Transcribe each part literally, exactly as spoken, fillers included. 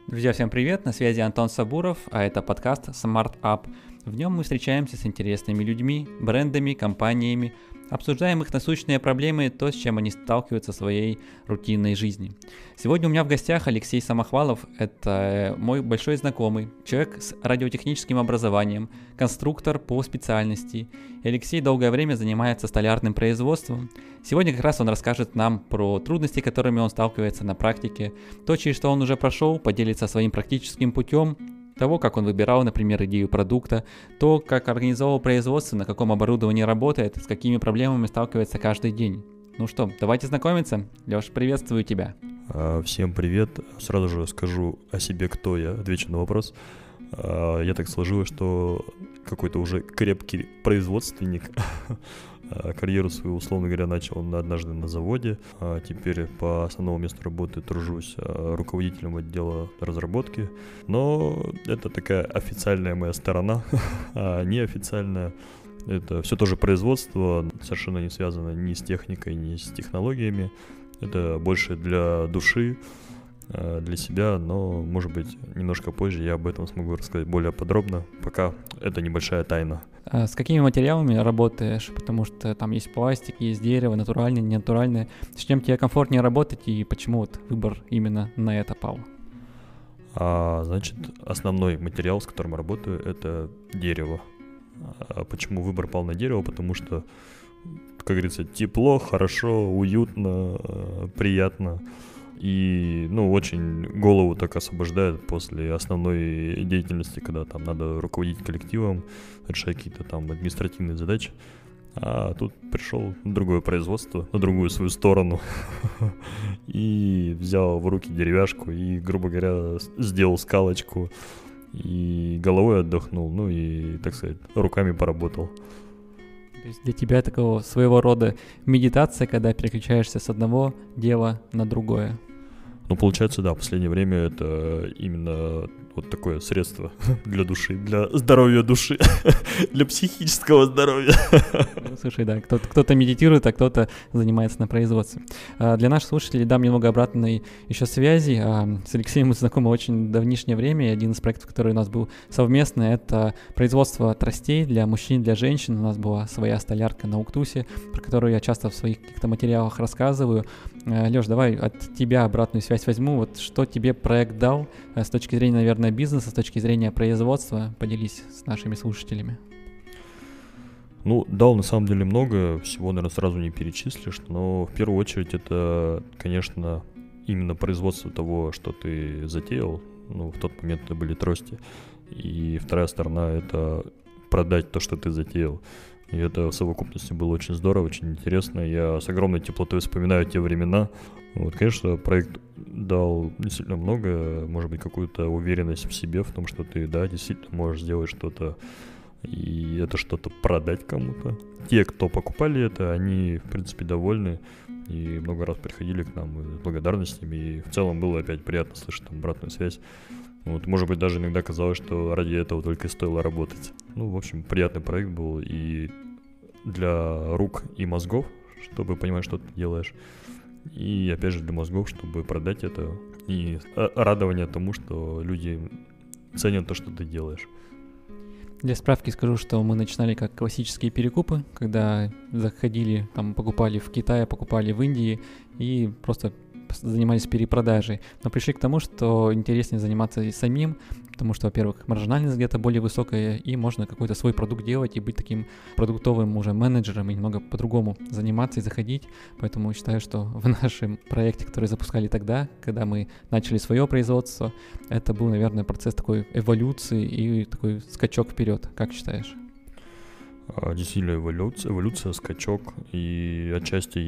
Друзья, всем привет! На связи Антон Сабуров, а это подкаст Smart Up. В нем мы встречаемся с интересными людьми, брендами, компаниями, обсуждаем их насущные проблемы, то, с чем они сталкиваются в своей рутинной жизни. Сегодня у меня в гостях Алексей Самохвалов. Это мой большой знакомый, человек с радиотехническим образованием, конструктор по специальности. И Алексей долгое время занимается столярным производством. Сегодня как раз он расскажет нам про трудности, с которыми он сталкивается на практике, то, через что он уже прошел, поделится своим практическим путем, того, как он выбирал, например, идею продукта, то, как организовал производство, на каком оборудовании работает, с какими проблемами сталкивается каждый день. Ну что, давайте знакомиться. Леш, приветствую тебя. Всем привет. Сразу же скажу о себе, кто я, отвечу на вопрос. Я так сложилось, что какой-то уже крепкий производственник. Карьеру свою, условно говоря, начал однажды на заводе. А теперь по основному месту работы тружусь руководителем отдела разработки. Но это такая официальная моя сторона, а неофициальная. Это все тоже производство, совершенно не связано ни с техникой, ни с технологиями. Это больше для души, для себя, но, может быть, немножко позже я об этом смогу рассказать более подробно, пока это небольшая тайна. А с какими материалами работаешь? Потому что там есть пластик, есть дерево, натуральное, ненатуральное. С чем тебе комфортнее работать и почему вот выбор именно на это пал? А, значит, основной материал, с которым я работаю, это дерево. А почему выбор пал на дерево? Потому что, как говорится, тепло, хорошо, уютно, приятно. И, ну, очень голову так освобождает после основной деятельности, когда там надо руководить коллективом, решать какие-то там административные задачи. А тут пришел другое производство, на другую свою сторону, и взял в руки деревяшку и, грубо говоря, сделал скалочку, и головой отдохнул, ну и, так сказать, руками поработал. То есть для тебя такого своего рода медитация, когда переключаешься с одного дела на другое. Ну, получается, да, в последнее время это именно вот такое средство для души, для здоровья души, для психического здоровья. Слушай, да, кто-то, кто-то медитирует, а кто-то занимается на производстве. А для наших слушателей дам немного обратной еще связи. А с Алексеем мы знакомы очень давнишнее время, и один из проектов, который у нас был совместный, это производство тростей для мужчин, для женщин. У нас была своя столярка на Уктусе, про которую я часто в своих каких-то материалах рассказываю. Леш, давай от тебя обратную связь возьму. Вот что тебе проект дал с точки зрения, наверное, бизнеса, с точки зрения производства? Поделись с нашими слушателями. Ну, дал на самом деле много, всего, наверное, сразу не перечислишь, но в первую очередь это, конечно, именно производство того, что ты затеял. Ну, в тот момент это были трости. И вторая сторона — это продать то, что ты затеял. И это в совокупности было очень здорово, очень интересно. Я с огромной теплотой вспоминаю те времена. Вот, конечно, проект дал действительно много, может быть, какую-то уверенность в себе, в том, что ты, да, действительно можешь сделать что-то и это что-то продать кому-то. Те, кто покупали это, они, в принципе, довольны и много раз приходили к нам с благодарностями. И в целом было опять приятно слышать там обратную связь. Вот, может быть, даже иногда казалось, что ради этого только и стоило работать. Ну, в общем, приятный проект был и для рук и мозгов, чтобы понимать, что ты делаешь. И, опять же, для мозгов, чтобы продать это. И радование тому, что люди ценят то, что ты делаешь. Для справки скажу, что мы начинали как классические перекупы, когда заходили, там, покупали в Китае, покупали в Индии и просто занимались перепродажей, но пришли к тому, что интереснее заниматься и самим, потому что, во-первых, маржинальность где-то более высокая, и можно какой-то свой продукт делать и быть таким продуктовым уже менеджером и немного по-другому заниматься и заходить. Поэтому считаю, что в нашем проекте, который запускали тогда, когда мы начали свое производство, это был, наверное, процесс такой эволюции и такой скачок вперед. Как считаешь? Действительно, эволюция, эволюция, скачок, и отчасти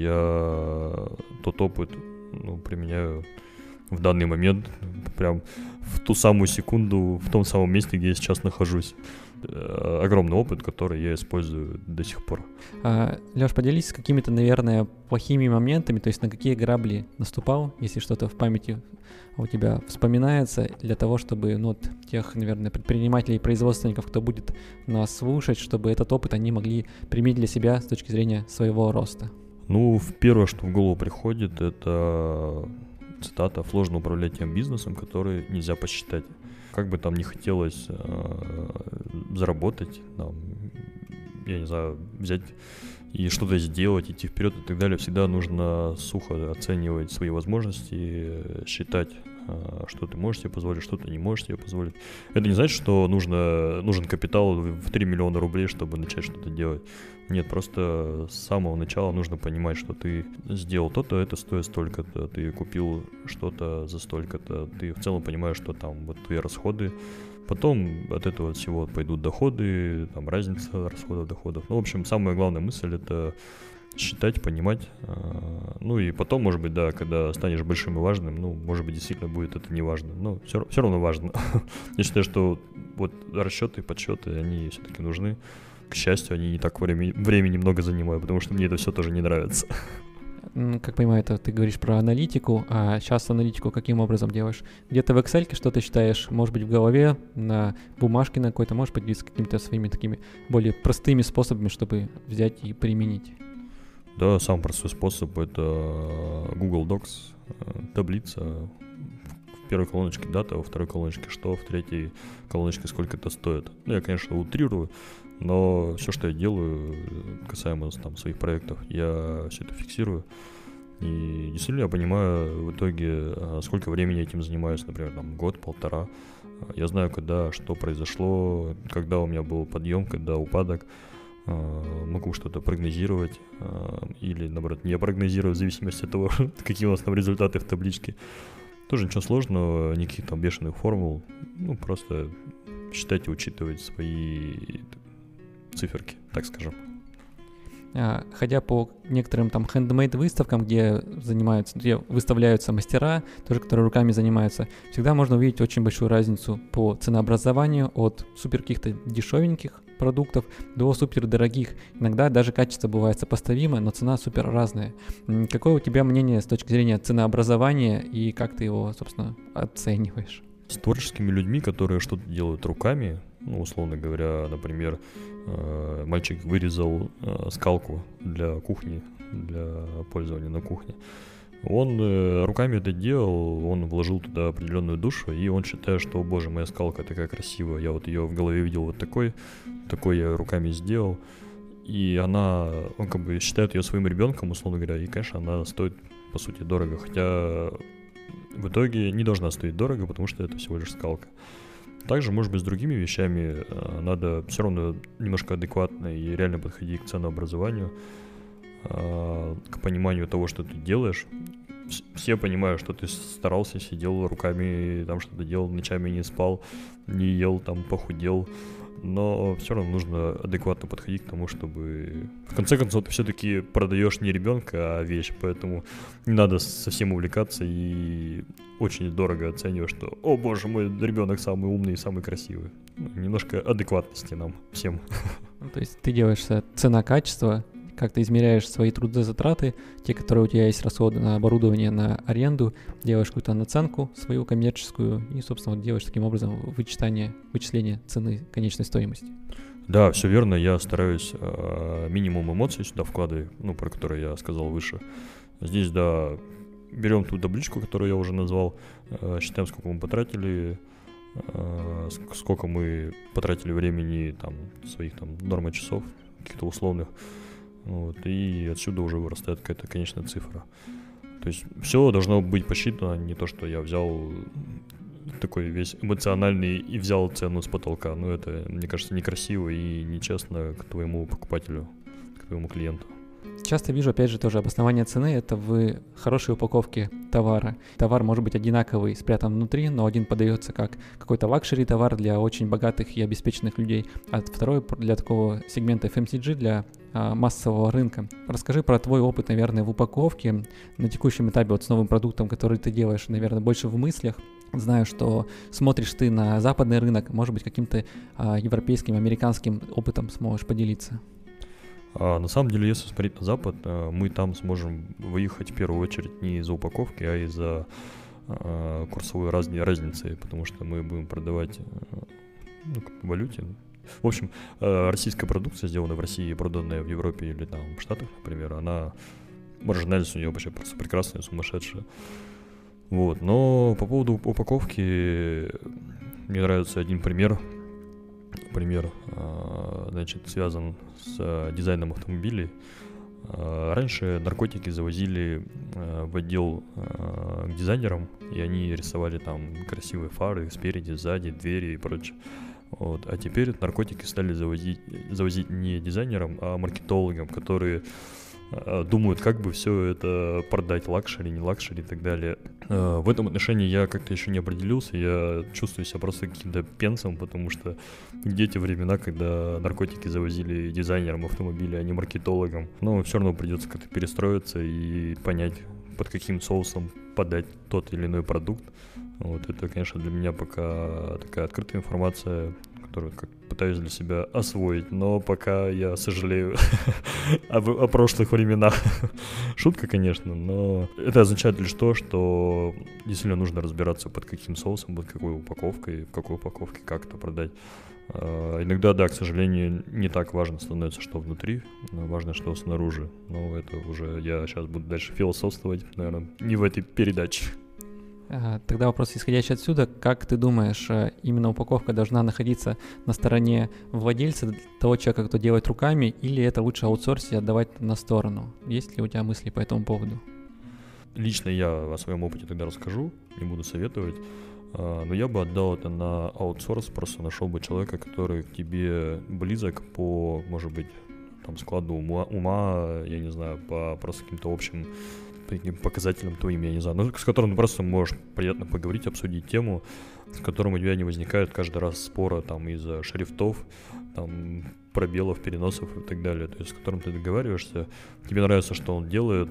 я тот опыт ну, применяю в данный момент, прям в ту самую секунду, в том самом месте, где я сейчас нахожусь. Огромный опыт, который я использую до сих пор. А, Леш, поделись с какими-то, наверное, плохими моментами, то есть на какие грабли наступал, если что-то в памяти у тебя вспоминается, для того, чтобы, ну, вот, тех, наверное, предпринимателей и производственников, кто будет нас слушать, чтобы этот опыт они могли применить для себя с точки зрения своего роста. Ну, первое, что в голову приходит, это цитата, сложно управлять тем бизнесом, который нельзя посчитать. Как бы там ни хотелось э, заработать, там, я не знаю, взять и что-то сделать, идти вперед и так далее, всегда нужно сухо оценивать свои возможности, считать, что ты можешь себе позволить, что ты не можешь себе позволить. Это не значит, что нужно, нужен капитал в три миллиона рублей, чтобы начать что-то делать. Нет, просто с самого начала нужно понимать, что ты сделал то-то, это стоит столько-то, ты купил что-то за столько-то, ты в целом понимаешь, что там вот твои расходы. Потом от этого всего пойдут доходы, там разница расходов, доходов. Ну, в общем, самая главная мысль — это считать, понимать. Ну и потом, может быть, да, когда станешь большим и важным, ну, может быть, действительно будет это не важно. Но все, все равно важно. Я считаю, что вот расчеты, подсчеты, они все-таки нужны. К счастью, они не так времени, времени много занимают, потому что мне это все тоже не нравится. Как понимаю, это ты говоришь про аналитику, а сейчас аналитику каким образом делаешь? Где-то в Excel что-то считаешь, может быть, в голове, на бумажке на какой-то, можешь поделиться какими-то своими такими более простыми способами, чтобы взять и применить? Да, самый простой способ — это Google Docs, таблица. В первой колоночке дата, во второй колоночке что, в третьей колоночке сколько это стоит. Ну, я, конечно, утрирую, но все, что я делаю, касаемо там своих проектов, я все это фиксирую. И действительно я понимаю в итоге, сколько времени я этим занимаюсь, например, там год, полтора. Я знаю, когда что произошло, когда у меня был подъем, когда упадок. Могу что-то прогнозировать или, наоборот, не прогнозировать, в зависимости от того, какие у нас там результаты в табличке. Тоже ничего сложного, никаких там бешеных формул. Ну, просто считать и учитывать свои циферки, так скажем. Ходя по некоторым там хендмейд выставкам, где занимаются, где выставляются мастера, тоже которые руками занимаются, всегда можно увидеть очень большую разницу по ценообразованию от супер каких-то дешевеньких продуктов до супер дорогих. Иногда даже качество бывает сопоставимо, но цена супер разная. Какое у тебя мнение с точки зрения ценообразования и как ты его, собственно, оцениваешь? С творческими людьми, которые что-то делают руками, ну, условно говоря, например, мальчик вырезал скалку для кухни, для пользования на кухне. Он руками это делал, он вложил туда определенную душу, и он считает, что, о боже, моя скалка такая красивая, я вот ее в голове видел вот такой, такой я руками сделал, и она, он как бы считает ее своим ребенком, условно говоря, и, конечно, она стоит, по сути, дорого, хотя в итоге не должна стоить дорого, потому что это всего лишь скалка. Также, может быть, с другими вещами надо все равно немножко адекватно и реально подходить к ценообразованию, к пониманию того, что ты делаешь. Все понимают, что ты старался, сидел руками, там что-то делал, ночами не спал, не ел, там похудел. Но все равно нужно адекватно подходить к тому, чтобы... В конце концов, ты все-таки продаешь не ребенка, а вещь, поэтому не надо совсем увлекаться и очень дорого оценивать, что, о боже мой, ребенок самый умный и самый красивый. Немножко адекватности нам всем. То есть ты делаешь цена-качество, как ты измеряешь свои трудозатраты, те, которые у тебя есть расходы на оборудование, на аренду, делаешь какую-то наценку свою коммерческую и, собственно, делаешь таким образом вычитание, вычисление цены конечной стоимости. Да, все верно, я стараюсь э, минимум эмоций сюда вкладывать, ну, про которые я сказал выше. Здесь, да, берем ту табличку, которую я уже назвал, э, считаем, сколько мы потратили, э, сколько мы потратили времени, там, своих там норма часов, каких-то условных. Вот, и отсюда уже вырастает какая-то конечная цифра. То есть все должно быть посчитано, не то, что я взял такой весь эмоциональный и взял цену с потолка. Ну, это, мне кажется, некрасиво и нечестно к твоему покупателю, к твоему клиенту. Часто вижу, опять же, тоже обоснование цены — это в хорошей упаковке товара. Товар может быть одинаковый, спрятан внутри, но один подается как какой-то лакшери товар для очень богатых и обеспеченных людей, а второй для такого сегмента эф эм си джи, для а, массового рынка. Расскажи про твой опыт, наверное, в упаковке на текущем этапе вот с новым продуктом, который ты делаешь, наверное, больше в мыслях. Знаю, что смотришь ты на западный рынок, может быть, каким-то а, европейским, американским опытом сможешь поделиться. А на самом деле, если смотреть на Запад, мы там сможем выехать в первую очередь не из-за упаковки, а из-за а, курсовой разни, разницы, потому что мы будем продавать ну, в валюте. В общем, российская продукция, сделанная в России, проданная в Европе или там в Штатах, например, она, маржинальность у нее вообще просто прекрасная, сумасшедшая. Вот, но по поводу упаковки мне нравится один пример. Пример, значит, связан с дизайном автомобилей. Раньше наркотики завозили в отдел к дизайнерам, и они рисовали там красивые фары спереди, сзади, двери и прочее. Вот. А теперь наркотики стали завозить, завозить не дизайнерам, а маркетологам, которые э, думают, как бы все это продать, лакшери, не лакшери и так далее. Э, в этом отношении я как-то еще не определился, я чувствую себя просто каким-то пенсом, потому что где те времена, когда наркотики завозили дизайнерам автомобиля, а не маркетологам. Но все равно придется как-то перестроиться и понять, под каким соусом подать тот или иной продукт. Вот это, конечно, для меня пока такая открытая информация, которую как пытаюсь для себя освоить, но пока я сожалею об, о прошлых временах. Шутка, конечно, но это означает лишь то, что действительно нужно разбираться, под каким соусом, под какой упаковкой, в какой упаковке, как это продать. Uh, иногда, да, к сожалению, не так важно становится, что внутри, но важно, что снаружи. Но это уже я сейчас буду дальше философствовать, наверное, не в этой передаче. Тогда вопрос, исходящий отсюда, как ты думаешь, именно упаковка должна находиться на стороне владельца, того человека, кто делает руками, или это лучше аутсорсить и отдавать на сторону? Есть ли у тебя мысли по этому поводу? Лично я о своем опыте тогда расскажу, не буду советовать, но я бы отдал это на аутсорс, просто нашел бы человека, который к тебе близок по, может быть, там, складу ума, ума, я не знаю, по просто каким-то общим таким показателям твоим, я не знаю, но с которым ты просто можешь приятно поговорить, обсудить тему, с которым у тебя не возникает каждый раз спора там из-за шрифтов, там, пробелов, переносов и так далее, то есть с которым ты договариваешься, тебе нравится, что он делает,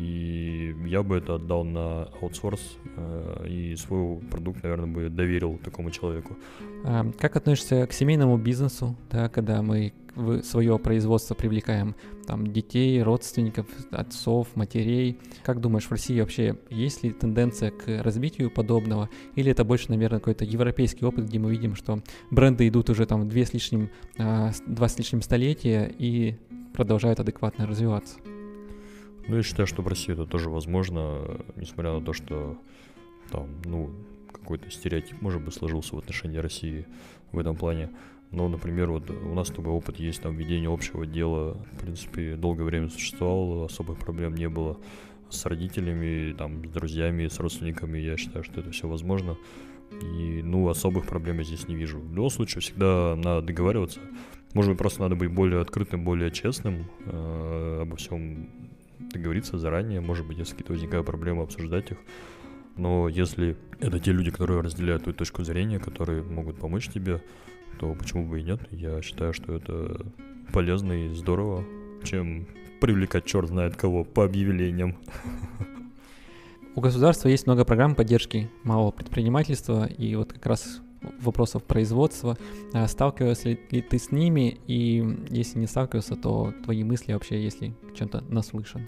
и я бы это отдал на аутсорс, э, и свой продукт, наверное, бы доверил такому человеку. А как относишься к семейному бизнесу, да, когда мы в свое производство привлекаем там детей, родственников, отцов, матерей? Как думаешь, в России вообще есть ли тенденция к развитию подобного, или это больше, наверное, какой-то европейский опыт, где мы видим, что бренды идут уже там две с лишним, а, два с лишним столетия и продолжают адекватно развиваться? Ну, я считаю, что в России это тоже возможно, несмотря на то, что там, ну, какой-то стереотип, может быть, сложился в отношении России в этом плане. Но, например, вот у нас с тобой опыт есть, там, ведение общего дела, в принципе, долгое время существовало, особых проблем не было с родителями, там, с друзьями, с родственниками, я считаю, что это все возможно. И, ну, особых проблем я здесь не вижу. В любом случае, всегда надо договариваться. Может быть, просто надо быть более открытым, более честным, э, обо всем договориться заранее. Может быть, если какие-то возникают проблемы, обсуждать их. Но если это те люди, которые разделяют твою точку зрения, которые могут помочь тебе, то почему бы и нет? Я считаю, что это полезно и здорово, чем привлекать черт знает кого по объявлениям. У государства есть много программ поддержки малого предпринимательства и вот как раз вопросов производства. Сталкивался ли ты с ними? И если не сталкивался, то твои мысли вообще, если чем-то наслышан?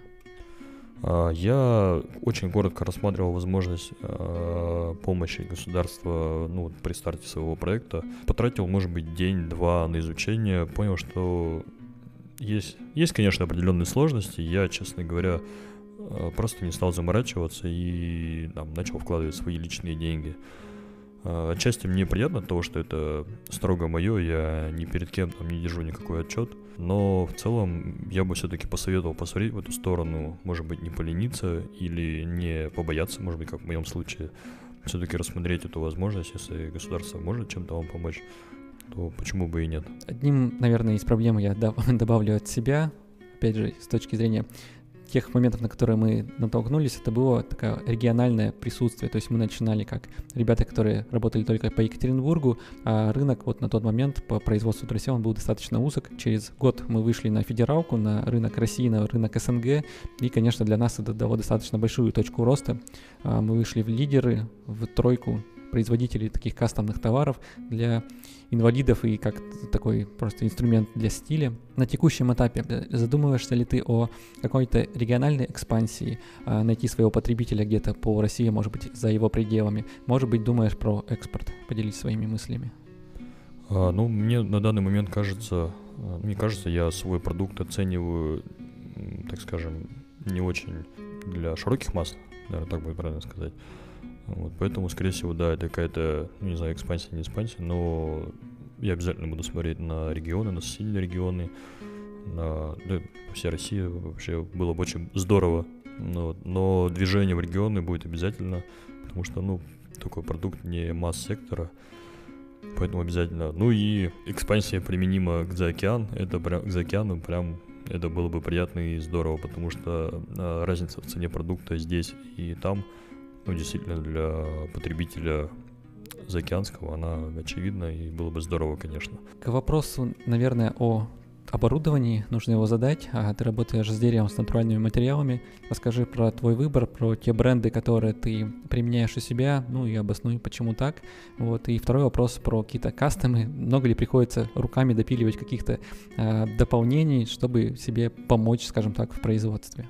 Я очень коротко рассматривал возможность э, помощи государства, ну, при старте своего проекта. Потратил, может быть, день-два на изучение. Понял, что есть, есть, конечно, определенные сложности. Я, честно говоря, э, просто не стал заморачиваться и там, начал вкладывать свои личные деньги. Э, отчасти мне приятно от того, что это строго мое, я ни перед кем там не держу никакой отчет. Но в целом я бы все-таки посоветовал посмотреть в эту сторону, может быть, не полениться или не побояться, может быть, как в моем случае, все-таки рассмотреть эту возможность, если государство может чем-то вам помочь, то почему бы и нет. Одним, наверное, из проблем я добавлю от себя, опять же, с точки зрения тех моментов, на которые мы натолкнулись, это было такое региональное присутствие. То есть мы начинали как ребята, которые работали только по Екатеринбургу, а рынок вот на тот момент по производству тросей он был достаточно узок. Через год мы вышли на федералку, на рынок России, на рынок СНГ, и, конечно, для нас это дало достаточно большую точку роста. Мы вышли в лидеры, в тройку производителей таких кастомных товаров для инвалидов и как такой просто инструмент для стиля. На текущем этапе задумываешься ли ты о какой-то региональной экспансии, найти своего потребителя где-то по России, может быть, за его пределами? Может быть, думаешь про экспорт? Поделись своими мыслями. А, ну, мне на данный момент кажется, мне кажется, я свой продукт оцениваю, так скажем, не очень для широких масс, наверное, так будет правильно сказать. Вот, поэтому, скорее всего, да, это какая-то, ну, не знаю, экспансия, не экспансия, но я обязательно буду смотреть на регионы, на соседние регионы, на, да, по всей России вообще было бы очень здорово. Но, но движение в регионы будет обязательно, потому что, ну, такой продукт не масс-сектора, поэтому обязательно. Ну и экспансия применима к заокеан, это прям, к заокеану прям, это было бы приятно и здорово, потому что а, разница в цене продукта здесь и там, ну, действительно, для потребителя заокеанского она очевидна, и было бы здорово, конечно. К вопросу, наверное, о оборудовании, нужно его задать. А ты работаешь с деревом, с натуральными материалами. Расскажи про твой выбор, про те бренды, которые ты применяешь у себя, ну и обоснуй, почему так. Вот. И второй вопрос про какие-то кастомы. Много ли приходится руками допиливать каких-то э, дополнений, чтобы себе помочь, скажем так, в производстве?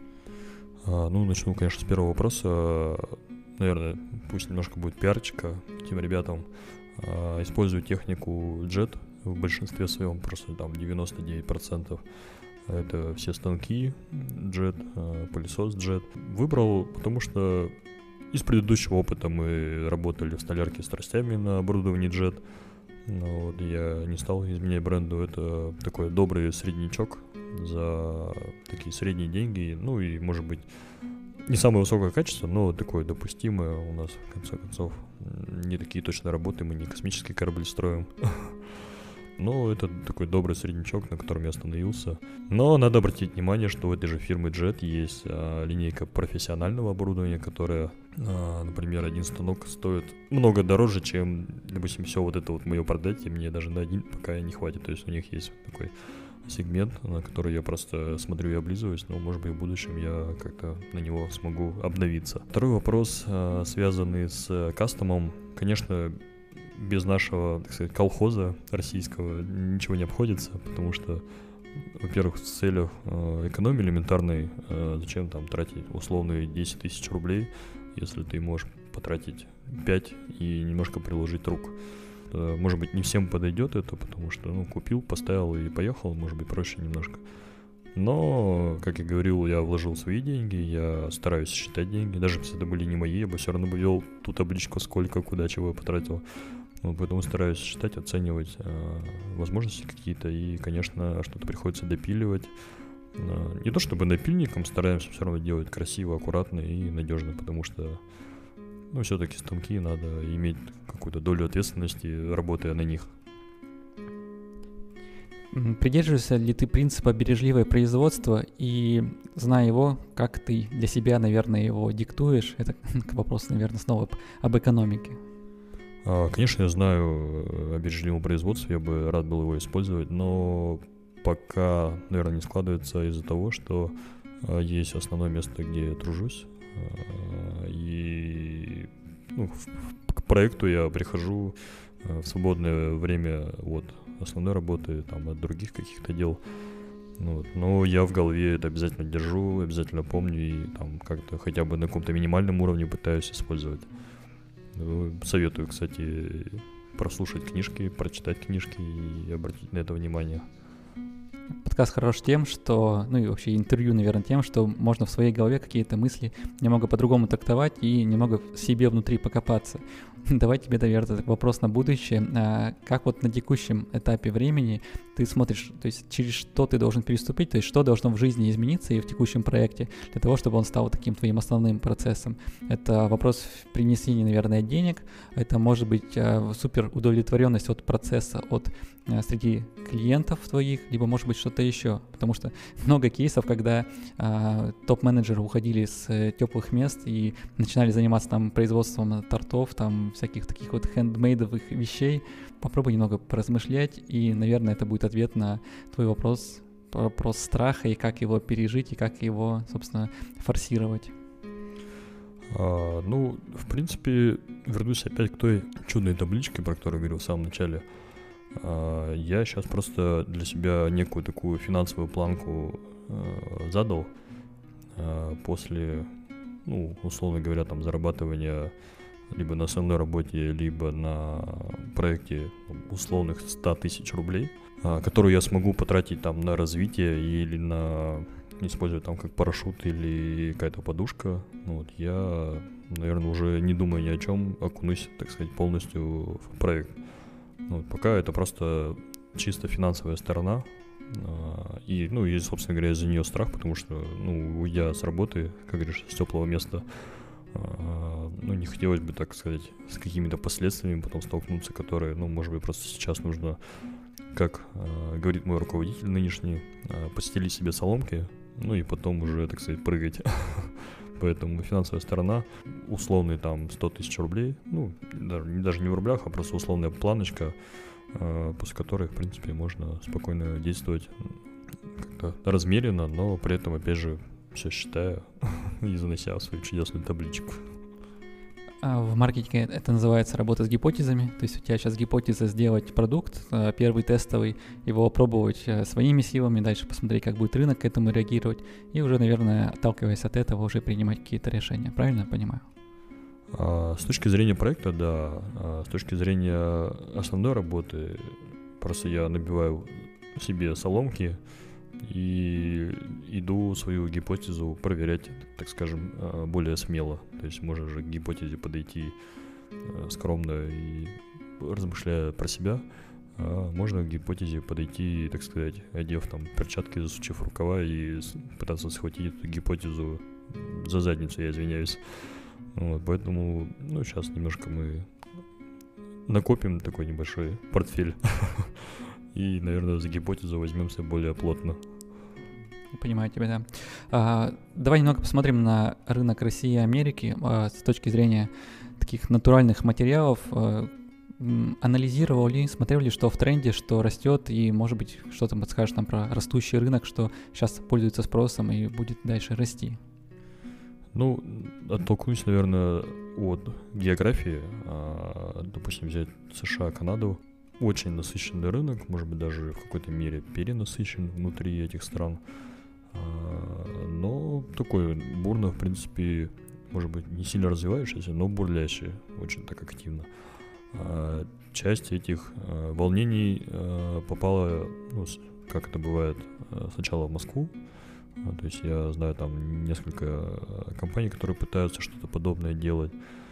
А, ну, начну, конечно, с первого вопроса. Наверное, пусть немножко будет пиарчика тем ребятам. А, использую технику джет в большинстве своем, просто там девяносто девять процентов. Это все станки джет, пылесос джет. Выбрал, потому что из предыдущего опыта мы работали в столярке с тростями на оборудовании джет. Но вот я не стал изменять бренду. Это такой добрый среднячок за такие средние деньги. Ну и, может быть, не самое высокое качество, но такое допустимое у нас, в конце концов. Не такие точно работы, мы не космический корабль строим. Но это такой добрый среднячок, на котором я остановился. Но надо обратить внимание, что у этой же фирмы джет есть а, линейка профессионального оборудования, которая, а, например, один станок стоит много дороже, чем, допустим, все вот это вот мое продать, и мне даже на один пока не хватит. То есть у них есть такой сегмент, на который я просто смотрю и облизываюсь, но, может быть, в будущем я как-то на него смогу обновиться. Второй вопрос, а, связанный с кастомом. Конечно, без нашего, так сказать, колхоза российского ничего не обходится, потому что, во-первых, в целях э, экономии элементарной, э, зачем там тратить условные десять тысяч рублей, если ты можешь потратить пять и немножко приложить рук. Э, может быть, не всем подойдет это, потому что, ну, купил, поставил и поехал, может быть, проще немножко. Но, как я говорил, я вложил свои деньги, я стараюсь считать деньги, даже если это были не мои, я бы все равно бы вел ту табличку, сколько, куда, чего я потратил. Вот, поэтому стараюсь считать, оценивать э, возможности какие-то, и, конечно, что-то приходится допиливать. Э, не то чтобы напильником, стараемся все равно делать красиво, аккуратно и надежно, потому что, ну, все-таки станки надо иметь какую-то долю ответственности, работая на них. Придерживаешься ли ты принципа бережливое производство, и, зная его, как ты для себя, наверное, его диктуешь? Это к вопросу, наверное, снова об экономике. Конечно, я знаю о бережливом производстве, я бы рад был его использовать, но пока, наверное, не складывается из-за того, что есть основное место, где я тружусь, и, ну, к проекту я прихожу в свободное время от основной работы, там, от других каких-то дел. Вот. Но я в голове это обязательно держу, обязательно помню и там как-то хотя бы на каком-то минимальном уровне пытаюсь использовать. Советую, кстати, прослушать книжки, прочитать книжки и обратить на это внимание. Подкаст хорош тем, что, ну и вообще интервью, наверное, тем, что можно в своей голове какие-то мысли немного по-другому трактовать и немного в себе внутри покопаться. Давай тебе, наверное, вопрос на будущее. А как вот на текущем этапе времени ты смотришь, то есть через что ты должен переступить, то есть что должно в жизни измениться и в текущем проекте для того, чтобы он стал таким твоим основным процессом? Это вопрос принесения, наверное, денег, это может быть супер удовлетворенность от процесса, от среди клиентов твоих, либо может быть что-то еще, потому что много кейсов, когда а, топ-менеджеры уходили с теплых мест и начинали заниматься там производством тортов, там всяких таких вот хендмейдовых вещей. Попробуй немного поразмышлять, и, наверное, это будет ответ на твой вопрос, вопрос страха и как его пережить, и как его, собственно, форсировать. А, ну, в принципе, вернусь опять к той чудной табличке, про которую говорил в самом начале. А, я сейчас просто для себя некую такую финансовую планку а, задал а, после, ну, условно говоря, там, зарабатывания либо на основной работе, либо на проекте условных сто тысяч рублей, а, которую я смогу потратить там на развитие или на использовать там как парашют или какая-то подушка. Ну, вот я наверное, уже не думая ни о чем, окунусь, так сказать, полностью в проект. Ну, пока это просто чисто финансовая сторона. И, ну, и, собственно говоря, из-за нее страх, потому что, ну, уйдя с работы, как говоришь, с теплого места, ну, не хотелось бы, так сказать, с какими-то последствиями потом столкнуться, которые, ну, может быть, просто сейчас нужно, как э, говорит мой руководитель нынешний, э, постелить себе соломки, ну, и потом уже, так сказать, прыгать. Поэтому финансовая сторона, условный там сто тысяч рублей, ну, даже, даже не в рублях, а просто условная планочка, э, после которой, в принципе, можно спокойно действовать как-то размеренно, но при этом, опять же, все считаю и занося в свою чудесную табличку. А в маркетинге это называется работа с гипотезами. То есть у тебя сейчас гипотеза сделать продукт, первый тестовый, его опробовать своими силами, дальше посмотреть, как будет рынок к этому реагировать, и уже, наверное, отталкиваясь от этого, уже принимать какие-то решения. Правильно я понимаю? А, с точки зрения проекта, да. А, с точки зрения основной работы, просто я набиваю себе соломки и иду свою гипотезу проверять, так скажем, более смело. То есть можно же к гипотезе подойти скромно и размышляя про себя, а можно к гипотезе подойти, так сказать, одев там перчатки, засучив рукава и пытаться схватить эту гипотезу за задницу, я извиняюсь. Вот, поэтому, ну, сейчас немножко мы накопим такой небольшой портфель. И, наверное, за гипотезу возьмемся более плотно. Понимаю тебя, да. А, давай немного посмотрим на рынок России и Америки а, с точки зрения таких натуральных материалов. А, анализировал ли, смотрел ли, что в тренде, что растет, и, может быть, что-то подскажешь нам про растущий рынок, что сейчас пользуется спросом и будет дальше расти? Ну, оттолкнусь, наверное, от географии. А, допустим, взять США, Канаду. Очень насыщенный рынок, может быть, даже в какой-то мере перенасыщен внутри этих стран. Но такой бурно, в принципе, может быть, не сильно развивающийся, но бурлящий, очень так активно. Часть этих волнений попала, ну, как это бывает, сначала в Москву. То есть я знаю там несколько компаний, которые пытаются что-то подобное делать.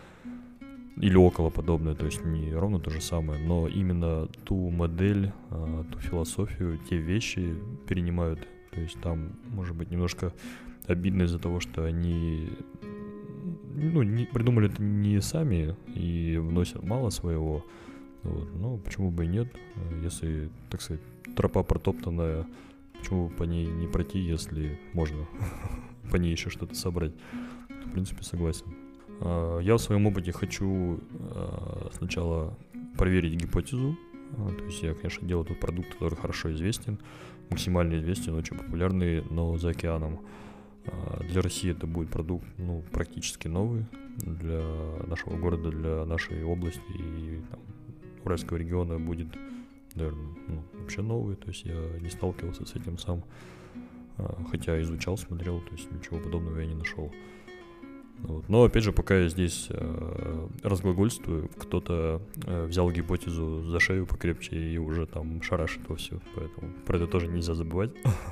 Или около подобное, то есть не ровно то же самое, но именно ту модель, ту философию, те вещи перенимают. То есть там, может быть, немножко обидно из-за того, что они, ну, не, придумали это не сами и вносят мало своего. Вот. Ну, почему бы и нет, если, так сказать, тропа протоптанная, почему бы по ней не пройти, если можно по ней еще что-то собрать. В принципе, согласен. Я в своем опыте хочу сначала проверить гипотезу. То есть я, конечно, делаю тот продукт, который хорошо известен, максимально известен, очень популярный, но за океаном. Для России это будет продукт, ну, практически новый для нашего города, для нашей области и там, Уральского региона будет, наверное, ну, вообще новый. То есть я не сталкивался с этим сам, хотя изучал, смотрел, то есть ничего подобного я не нашел. Вот. Но опять же, пока я здесь э, разглагольствую, кто-то э, взял гипотезу за шею покрепче и уже там шарашит вовсю, поэтому про это тоже нельзя забывать.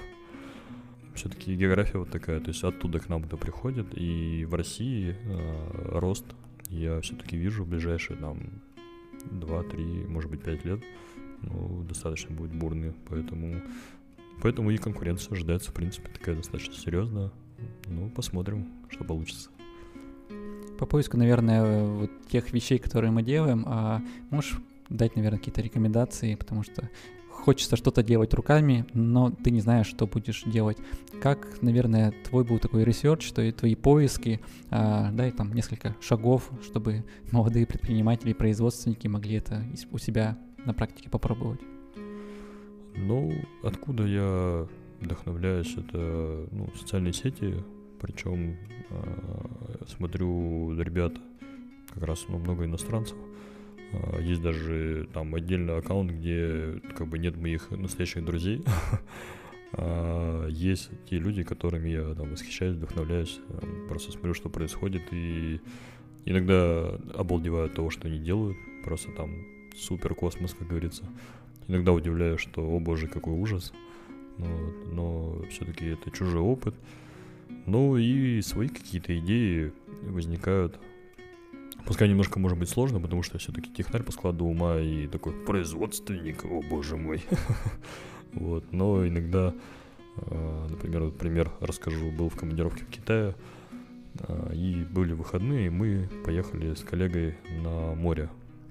Все-таки география вот такая, то есть оттуда к нам это приходит, и в России э, рост я все-таки вижу в ближайшие там два-три, может быть пять лет, ну, достаточно будет бурный, поэтому, поэтому и конкуренция ожидается, в принципе, такая достаточно серьезная. Ну, посмотрим, что получится. По поиску, наверное, вот тех вещей, которые мы делаем, а можешь дать, наверное, какие-то рекомендации, потому что хочется что-то делать руками, но ты не знаешь, что будешь делать. Как, наверное, твой был такой ресерч, что и твои поиски, а, дай там несколько шагов, чтобы молодые предприниматели, производственники могли это у себя на практике попробовать. Ну, откуда я вдохновляюсь, это, ну, социальные сети. Причем э, смотрю ребят, как раз, ну, много иностранцев. Э, есть даже там отдельный аккаунт, где как бы нет моих настоящих друзей. э, есть те люди, которыми я там восхищаюсь, вдохновляюсь. Э, просто смотрю, что происходит, и иногда обалдеваю от того, что они делают. Просто там супер космос, как говорится. Иногда удивляюсь, что, о боже, какой ужас. Вот, но все-таки это чужой опыт. Ну и свои какие-то идеи возникают Пускай немножко может быть сложно, потому что я все-таки технарь по складу ума и такой производственник, о боже мой. Вот, но иногда, например, вот пример расскажу, был в командировке в Китае, и были выходные, и мы поехали с коллегой на море.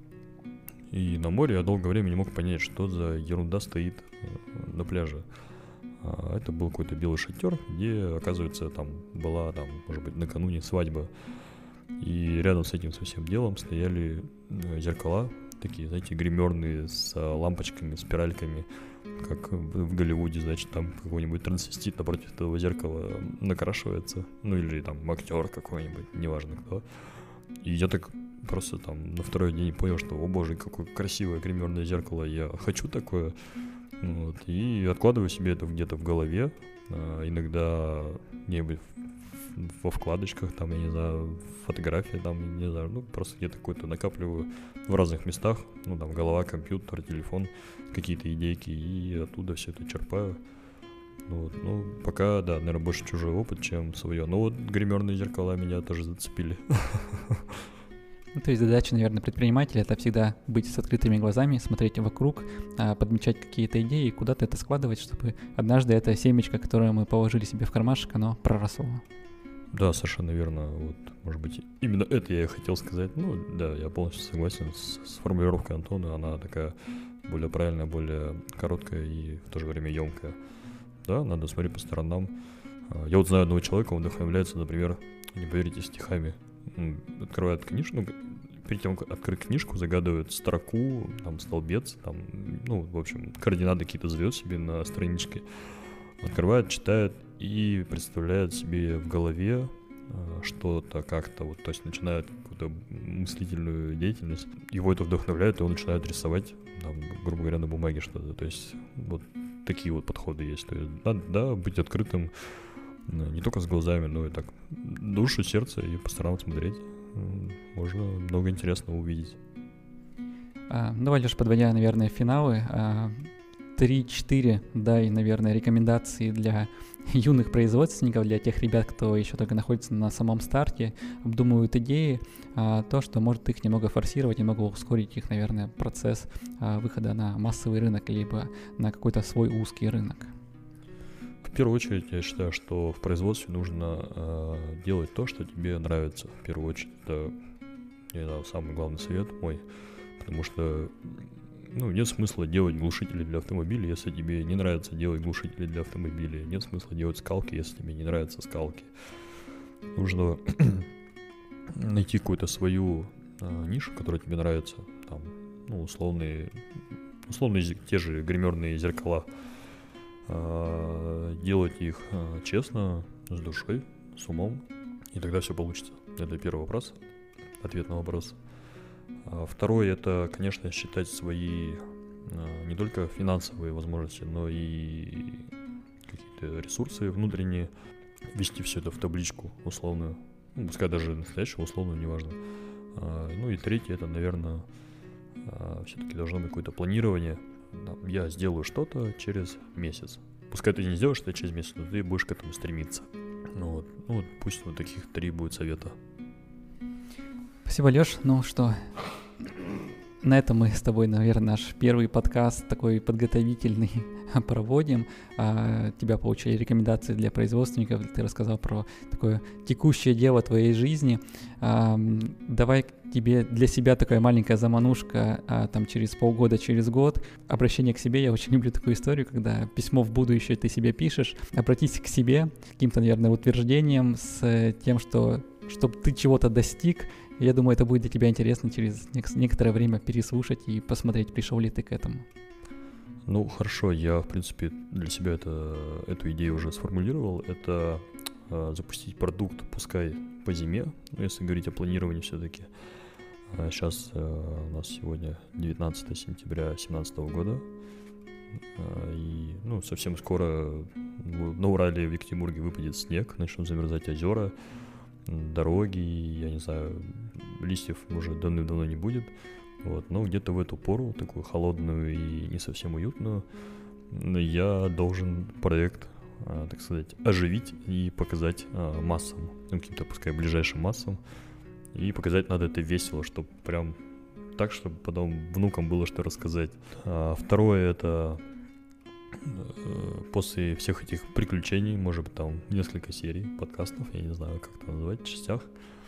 И на море я долгое время не мог понять, что за ерунда стоит на пляже. Это был какой-то белый шатер, где, оказывается, там была, там, может быть, накануне свадьба. И рядом с этим со всем делом стояли зеркала, такие, знаете, гримерные, с лампочками, спиральками, как в Голливуде, значит, там какой-нибудь трансвестит напротив этого зеркала накрашивается, ну или там актер какой-нибудь, неважно кто. И я так просто там на второй день понял, что, о боже, какое красивое гримерное зеркало, я хочу такое. Вот, и откладываю себе это где-то в голове, а, иногда где-нибудь во вкладочках, там, я не знаю, фотографии, там, не знаю, ну, просто где-то какой-то накапливаю в разных местах, ну, там, голова, компьютер, телефон, какие-то идейки, и оттуда все это черпаю. Вот, ну, пока, да, наверное, больше чужой опыт, чем свое. Но вот гримерные зеркала меня тоже зацепили. Ну, то есть задача, наверное, предпринимателя — это всегда быть с открытыми глазами, смотреть вокруг, подмечать какие-то идеи и куда-то это складывать, чтобы однажды это семечко, которое мы положили себе в кармашек, оно проросло. Да, совершенно верно. Вот, может быть, именно это я и хотел сказать. Ну, да, я полностью согласен с, с формулировкой Антона. Она такая более правильная, более короткая и в то же время емкая. Да, надо смотреть по сторонам. Я вот знаю одного человека, он вдохновляется, например, не поверите, стихами. Он открывает книжку, ну, перед тем, как открыть книжку, загадывает строку, там, столбец, там, ну, в общем, координаты какие-то заведет себе на страничке. Открывает, читает и представляет себе в голове э, что-то как-то, вот, то есть начинает какую-то мыслительную деятельность. Его это вдохновляет, и он начинает рисовать, там, грубо говоря, на бумаге что-то. То есть вот такие вот подходы есть. То есть, да, да, быть открытым не только с глазами, но и так душу, сердце, и по сторонам смотреть. Можно много интересного увидеть. А, давай, Леш, подводя, наверное, финалы. три-четыре, дай, наверное, рекомендации для юных производственников, для тех ребят, кто еще только находится на самом старте, обдумывают идеи, а, то, что может их немного форсировать, немного ускорить их, наверное, процесс а, выхода на массовый рынок, либо на какой-то свой узкий рынок. В первую очередь, я считаю, что в производстве нужно э, делать то, что тебе нравится. В первую очередь, это, не знаю, самый главный совет мой, потому что, ну, нет смысла делать глушители для автомобиля, если тебе не нравится делать глушители для автомобиля. Нет смысла делать скалки, если тебе не нравятся скалки. Нужно найти какую-то свою э, нишу, которая тебе нравится. Там, ну, условные, условные те же гримерные зеркала. Делать их честно, с душой, с умом, и тогда все получится. Это первый вопрос, ответ на вопрос. Второй — это, конечно, считать свои не только финансовые возможности, но и какие-то ресурсы внутренние, ввести все это в табличку условную, ну, пускай даже настоящую, условную, неважно. Ну и третье — это, наверное, все-таки должно быть какое-то планирование. Я сделаю что-то через месяц. Пускай ты не сделаешь это через месяц, но ты будешь к этому стремиться. Ну вот, ну вот пусть вот таких три будет совета. Спасибо, Леш. Ну что, на этом мы с тобой, наверное, наш первый подкаст такой подготовительный проводим. А, тебя получили рекомендации для производственников, ты рассказал про такое текущее дело твоей жизни. А, давай тебе для себя такая маленькая заманушка, а, там через полгода, через год. Обращение к себе, я очень люблю такую историю, когда письмо в будущее ты себе пишешь. Обратись к себе с каким-то, наверное, утверждением, с тем, что чтобы ты чего-то достиг. Я думаю, это будет для тебя интересно через некоторое время переслушать и посмотреть, пришел ли ты к этому. Ну, хорошо, я, в принципе, для себя это, эту идею уже сформулировал. Это э, запустить продукт, пускай по зиме, но если говорить о планировании все-таки. Э, сейчас э, у нас сегодня девятнадцатое сентября две тысячи семнадцатого года. Э, и, ну, совсем скоро на Урале, в Екатеринбурге выпадет снег, начнут замерзать озера, дороги, я не знаю, листьев уже давным-давно не будет. Вот, но где-то в эту пору, такую холодную и не совсем уютную, я должен проект, так сказать, оживить и показать массам, ну, каким-то, пускай, ближайшим массам. И показать надо это весело, чтобы прям так, чтобы потом внукам было что рассказать. А второе — это после всех этих приключений, может быть, там несколько серий подкастов, я не знаю, как это назвать, в частях,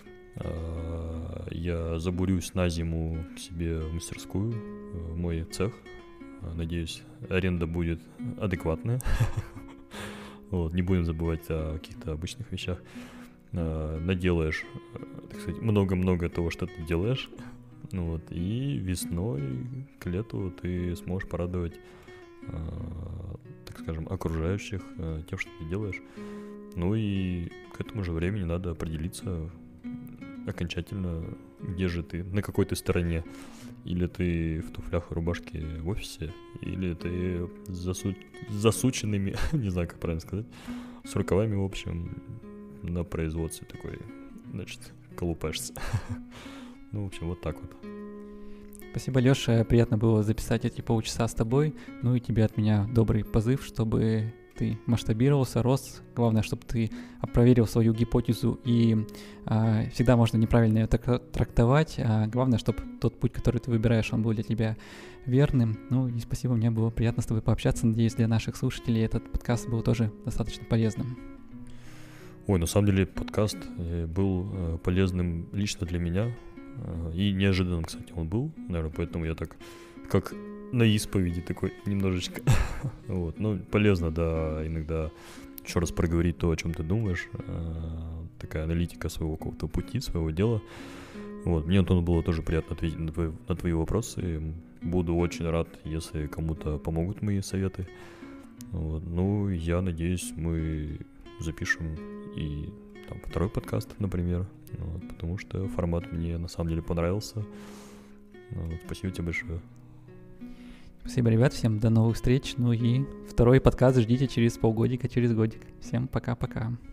я забурюсь на зиму к себе в мастерскую, в мой цех. Надеюсь, аренда будет адекватная. Вот, не будем забывать о каких-то обычных вещах. Наделаешь, так сказать, много-много того, что ты делаешь. Ну, вот, и весной, к лету ты сможешь порадовать, так скажем, окружающих тем, что ты делаешь. Ну и к этому же времени надо определиться окончательно, где же ты, на какой ты стороне. Или ты в туфлях и рубашке в офисе, или ты с засу... засученными, не знаю, как правильно сказать, с рукавами, в общем, на производстве такой, значит, колупаешься. Ну, в общем, вот так вот. Спасибо, Лёша, приятно было записать эти полчаса с тобой. Ну и тебе от меня добрый позыв, чтобы ты масштабировался, рос. Главное, чтобы ты проверил свою гипотезу, и а, всегда можно неправильно ее трактовать. А главное, чтобы тот путь, который ты выбираешь, он был для тебя верным. Ну и спасибо, мне было приятно с тобой пообщаться. Надеюсь, для наших слушателей этот подкаст был тоже достаточно полезным. Ой, на самом деле подкаст был полезным лично для меня. И неожиданным, кстати, он был. Наверное, поэтому я так, как на исповеди такой немножечко. Вот. Ну, полезно, да, иногда еще раз проговорить то, о чем ты думаешь. Такая аналитика своего какого-то пути, своего дела. Вот. Мне, Антон, было тоже приятно ответить на твои, на твои вопросы. Буду очень рад, если кому-то помогут мои советы. Вот. Ну, я надеюсь, мы запишем и там второй подкаст, например. Вот, потому что формат мне на самом деле понравился. Вот, спасибо тебе большое. Спасибо, ребят, всем до новых встреч. Ну и второй подкаст ждите через полгодика, через годик. Всем пока-пока.